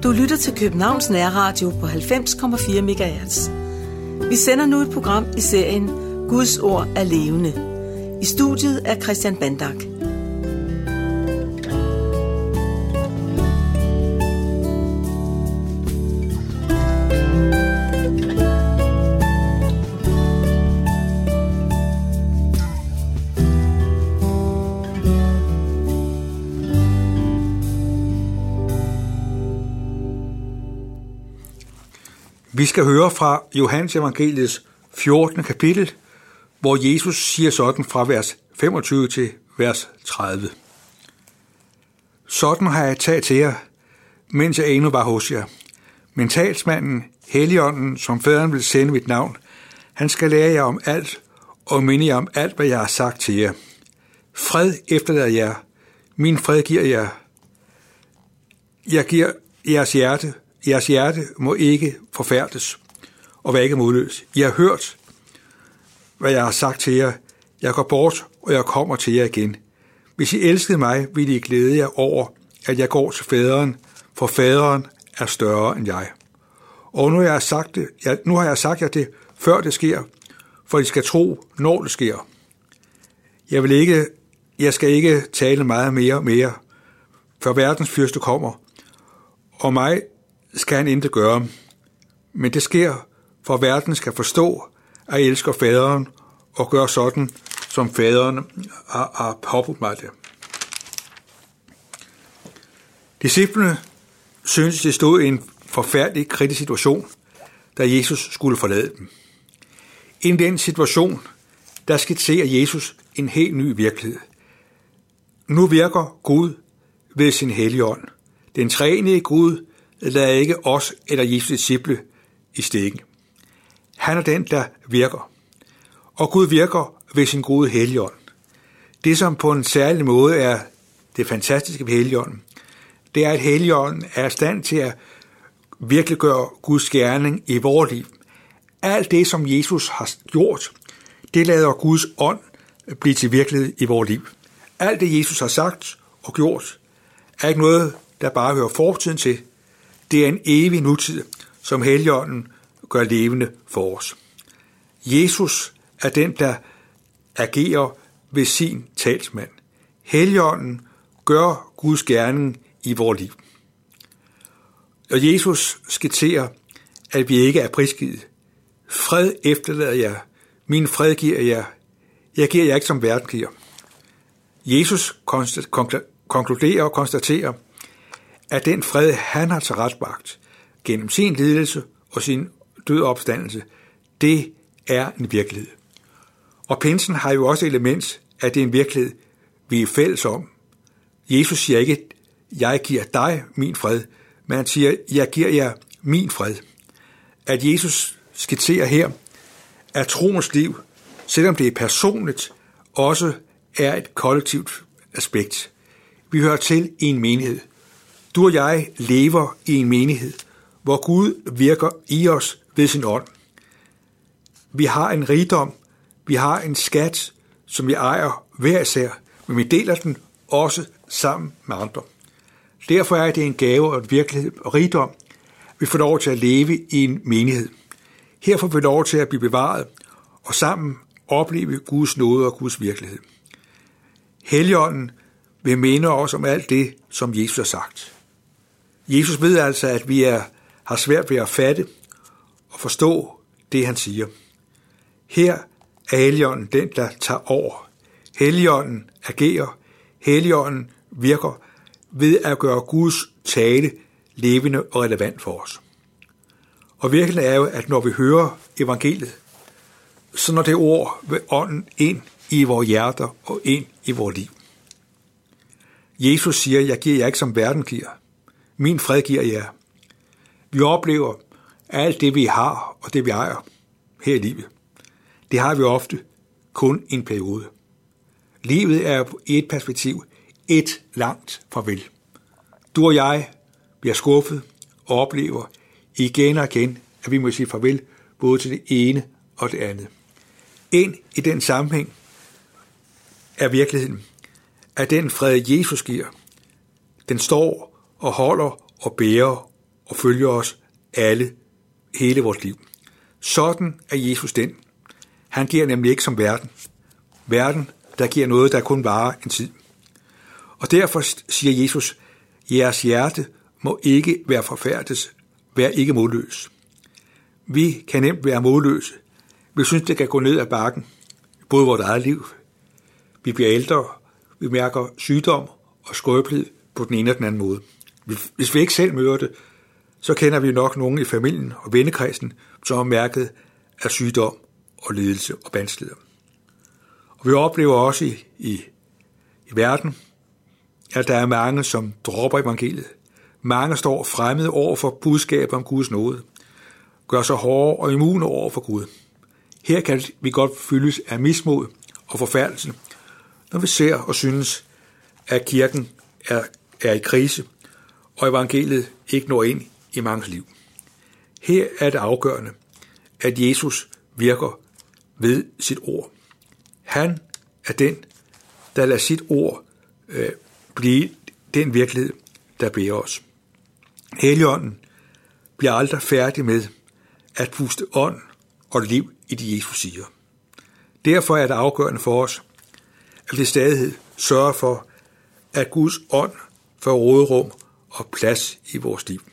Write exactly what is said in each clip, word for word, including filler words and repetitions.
Du lytter til Københavns Nærradio på halvfems komma fire megahertz. Vi sender nu et program i serien Guds ord er levende. I studiet er Christian Bandak. Vi skal høre fra Johannes evangeliets fjortende kapitel, hvor Jesus siger sådan fra vers femogtyve til vers tredive. Sådan har jeg talt til jer, mens jeg endnu var hos jer. Men talsmanden, Helligånden, som faderen vil sende mit navn, han skal lære jer om alt og minde jer om alt, hvad jeg har sagt til jer. Fred efterlader jer, min fred giver jer. Jeg giver jeres hjerte. Jeres hjerte må ikke forfærdes og være ikke modløs. I har hørt, hvad jeg har sagt til jer. Jeg går bort, og jeg kommer til jer igen. Hvis I elskede mig, ville I glæde jer over, at jeg går til faderen, for faderen er større end jeg. Og nu har jeg sagt det, jeg, nu har jeg sagt jer det, før det sker, for I skal tro, når det sker. Jeg vil ikke, jeg skal ikke tale meget mere mere, før verdens fyrste kommer, og mig skal han intet gøre, men det sker, for verden skal forstå, at jeg elsker faderen, og gør sådan, som faderen har, har påbudt mig det. Disciplene syntes, de stod i en forfærdelig kritisk situation, da Jesus skulle forlade dem. I den situation, der skitserer Jesus en helt ny virkelighed. Nu virker Gud ved sin Helligånd. Den treenige Gud lader ikke os eller Jesu disciple i stikken. Han er den, der virker. Og Gud virker ved sin gode Helligånd. Det, som på en særlig måde er det fantastiske ved Helligånden, det er, at Helligånden er i stand til at virkelig gøre Guds gerning i vores liv. Alt det, som Jesus har gjort, det lader Guds ånd blive til virkelighed i vores liv. Alt det, Jesus har sagt og gjort, er ikke noget, der bare hører fortiden til. Det er en evig nutid, som Helligånden gør levende for os. Jesus er den, der agerer ved sin talsmand. Helligånden gør Guds gerning i vores liv. Og Jesus skitserer, at vi ikke er prisgivet. Fred efterlader jer, min fred giver jer. Jeg giver jer ikke som verden giver. Jesus konkluderer og konstaterer, at den fred, han har tilrettelagt gennem sin lidelse og sin død og opstandelse, det er en virkelighed. Og pinsen har jo også element, at det er en virkelighed, vi er fælles om. Jesus siger ikke, jeg giver dig min fred, men han siger, jeg giver jer min fred. At Jesus skitserer her, at troens liv, selvom det er personligt, også er et kollektivt aspekt. Vi hører til i en menighed. Du og jeg lever i en menighed, hvor Gud virker i os ved sin ånd. Vi har en rigdom, vi har en skat, som vi ejer hver især, men vi deler den også sammen med andre. Derfor er det en gave og en virkelighed og rigdom, vi får lov til at leve i en menighed. Her får vi lov til at blive bevaret og sammen opleve Guds nåde og Guds virkelighed. Helligånden vil minde os om alt det, som Jesus har sagt. Jesus ved altså, at vi er, har svært ved at fatte og forstå det, han siger. Her er Helligånden den, der tager over. Helligånden agerer. Helligånden virker ved at gøre Guds tale levende og relevant for os. Og virkeligheden er jo, at når vi hører evangeliet, så når det ord ved ånden ind i vores hjerter og ind i vores liv. Jesus siger, jeg giver jer ikke som verden giver. Min fred giver jer. Vi oplever alt det, vi har og det, vi ejer her i livet. Det har vi ofte kun en periode. Livet er i et perspektiv et langt farvel. Du og jeg bliver skuffet og oplever igen og igen, at vi må sige farvel både til det ene og det andet. Ind i den sammenhæng er virkeligheden, at den fred, Jesus giver, den står og holder og bærer og følger os alle, hele vores liv. Sådan er Jesus den. Han giver nemlig ikke som verden. Verden, der giver noget, der kun varer en tid. Og derfor siger Jesus, jeres hjerte må ikke være forfærdet, vær ikke modløs. Vi kan nemt være modløse. Vi synes, det kan gå ned ad bakken, både vores eget liv. Vi bliver ældre, vi mærker sygdom og skrøbelighed på den ene og den anden måde. Hvis vi ikke selv møder det, så kender vi nok nogen i familien og vennekredsen, som har mærket af sygdom og lidelse og vanskeligheder. Og vi oplever også i, i, i verden, at der er mange, som dropper evangeliet. Mange står fremmede over for budskabet om Guds nåde, gør sig hårde og immune over for Gud. Her kan vi godt fyldes af mismod og forfærdelse, når vi ser og synes, at kirken er, er i krise, og evangeliet ikke når ind i manges liv. Her er det afgørende, at Jesus virker ved sit ord. Han er den, der lader sit ord øh, blive den virkelighed, der bærer os. Helligånden bliver aldrig færdig med at puste ånd og liv i det, Jesus siger. Derfor er det afgørende for os, at vi stadig sørger for, at Guds ånd får råderum og plads i vores liv.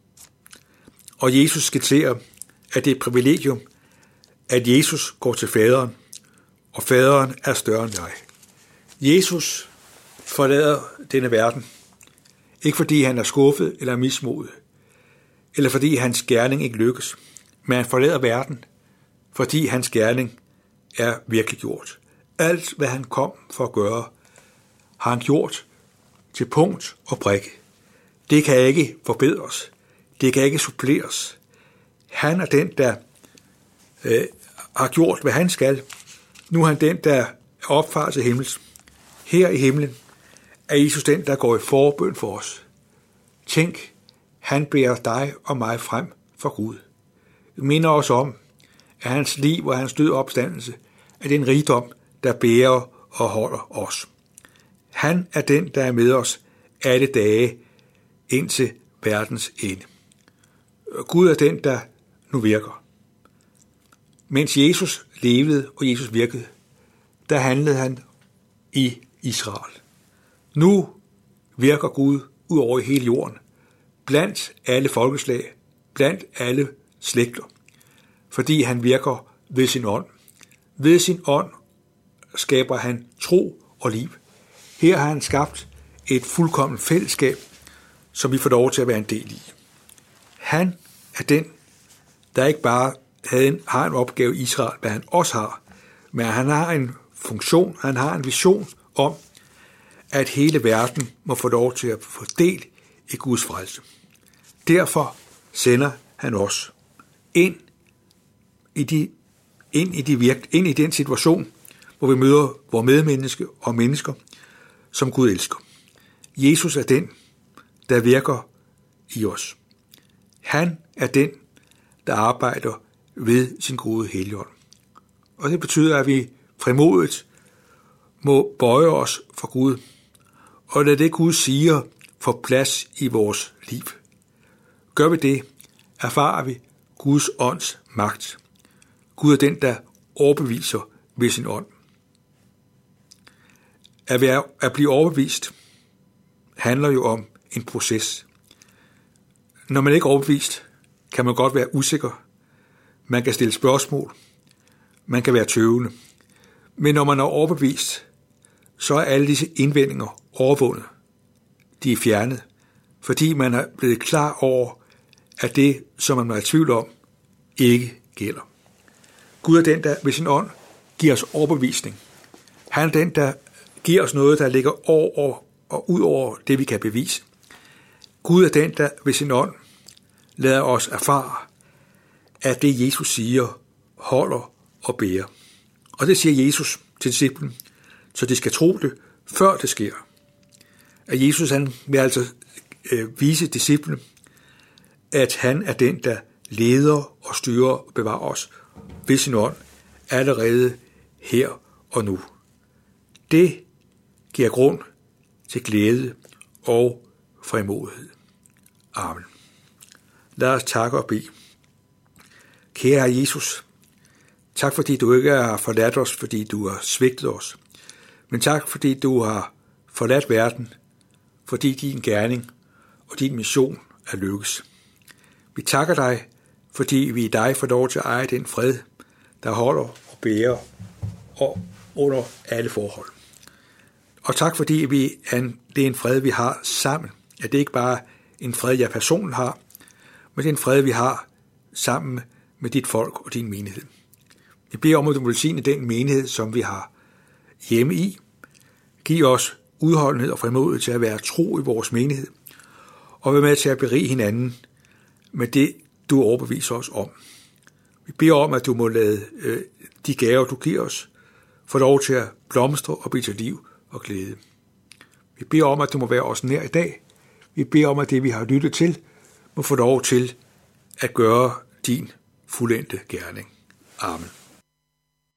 Og Jesus skitserer, at det er et privilegium, at Jesus går til faderen, og faderen er større end jeg. Jesus forlader denne verden, ikke fordi han er skuffet eller mismodet, eller fordi hans gerning ikke lykkes, men han forlader verden, fordi hans gerning er virkelig gjort. Alt, hvad han kom for at gøre, har han gjort til punkt og prikke. Det kan ikke forbedres. Det kan ikke suppleres. Han er den, der øh, har gjort, hvad han skal. Nu er han den, der er opfaret til himmels. Her i himlen er Jesus den, der går i forbøn for os. Tænk, han bærer dig og mig frem for Gud. Vi minder os om, at hans liv og hans død og opstandelse er den rigdom, der bærer og holder os. Han er den, der er med os alle dage indtil verdens ende. Gud er den, der nu virker. Mens Jesus levede og Jesus virkede, der handlede han i Israel. Nu virker Gud ud over hele jorden, blandt alle folkeslag, blandt alle slægter, fordi han virker ved sin ånd. Ved sin ånd skaber han tro og liv. Her har han skabt et fuldkommen fællesskab, som vi får lov til at være en del i. Han er den, der ikke bare havde en, har en opgave i Israel, hvad han også har, men han har en funktion, han har en vision om, at hele verden må få lov til at få del i Guds frelse. Derfor sender han os ind i, de, ind, i de virke, ind i den situation, hvor vi møder vores medmenneske og mennesker, som Gud elsker. Jesus er den, der virker i os. Han er den, der arbejder ved sin gode Helligånd. Og det betyder, at vi frimodigt må bøje os for Gud, og lade det Gud siger få plads i vores liv. Gør vi det, erfarer vi Guds ånds magt. Gud er den, der overbeviser ved sin ånd. At, være, at blive overbevist handler jo om en proces. Når man ikke er overbevist, kan man godt være usikker. Man kan stille spørgsmål. Man kan være tøvende. Men når man er overbevist, så er alle disse indvendinger overvundet. De er fjernet, fordi man er blevet klar over, at det, som man er i tvivl om, ikke gælder. Gud er den, der ved sin ånd giver os overbevisning. Han er den, der giver os noget, der ligger over og ud over det, vi kan bevise. Gud er den, der ved sin ånd lader os erfare, at det, Jesus siger, holder og bærer. Og det siger Jesus til disciplen, så de skal tro det, før det sker. At Jesus han vil altså øh, vise disciplen, at han er den, der leder og styrer og bevarer os ved sin ånd, allerede her og nu. Det giver grund til glæde og frimodighed. Amen. Lad os takke og bede. Kære Herre Jesus, tak fordi du ikke har forladt os, fordi du har svigtet os. Men tak fordi du har forladt verden, fordi din gerning og din mission er lykkes. Vi takker dig, fordi vi i dig får lov til at eje den fred, der holder og bærer og under alle forhold. Og tak fordi vi er en, det er en fred, vi har sammen. At det ikke bare er en fred, jeg personen har, men det er en fred, vi har sammen med dit folk og din menighed. Vi beder om, at du velsigne den menighed, som vi har hjemme i. Giv os udholdenhed og frimodighed til at være tro i vores menighed, og være med til at berige hinanden med det, du overbeviser os om. Vi beder om, at du må lade øh, de gaver, du giver os, få lov til at blomstre og blive til liv og glæde. Vi beder om, at du må være os nær i dag. Vi beder om, at det, vi har lyttet til, må få lov til at gøre din fuldendte gerning. Amen.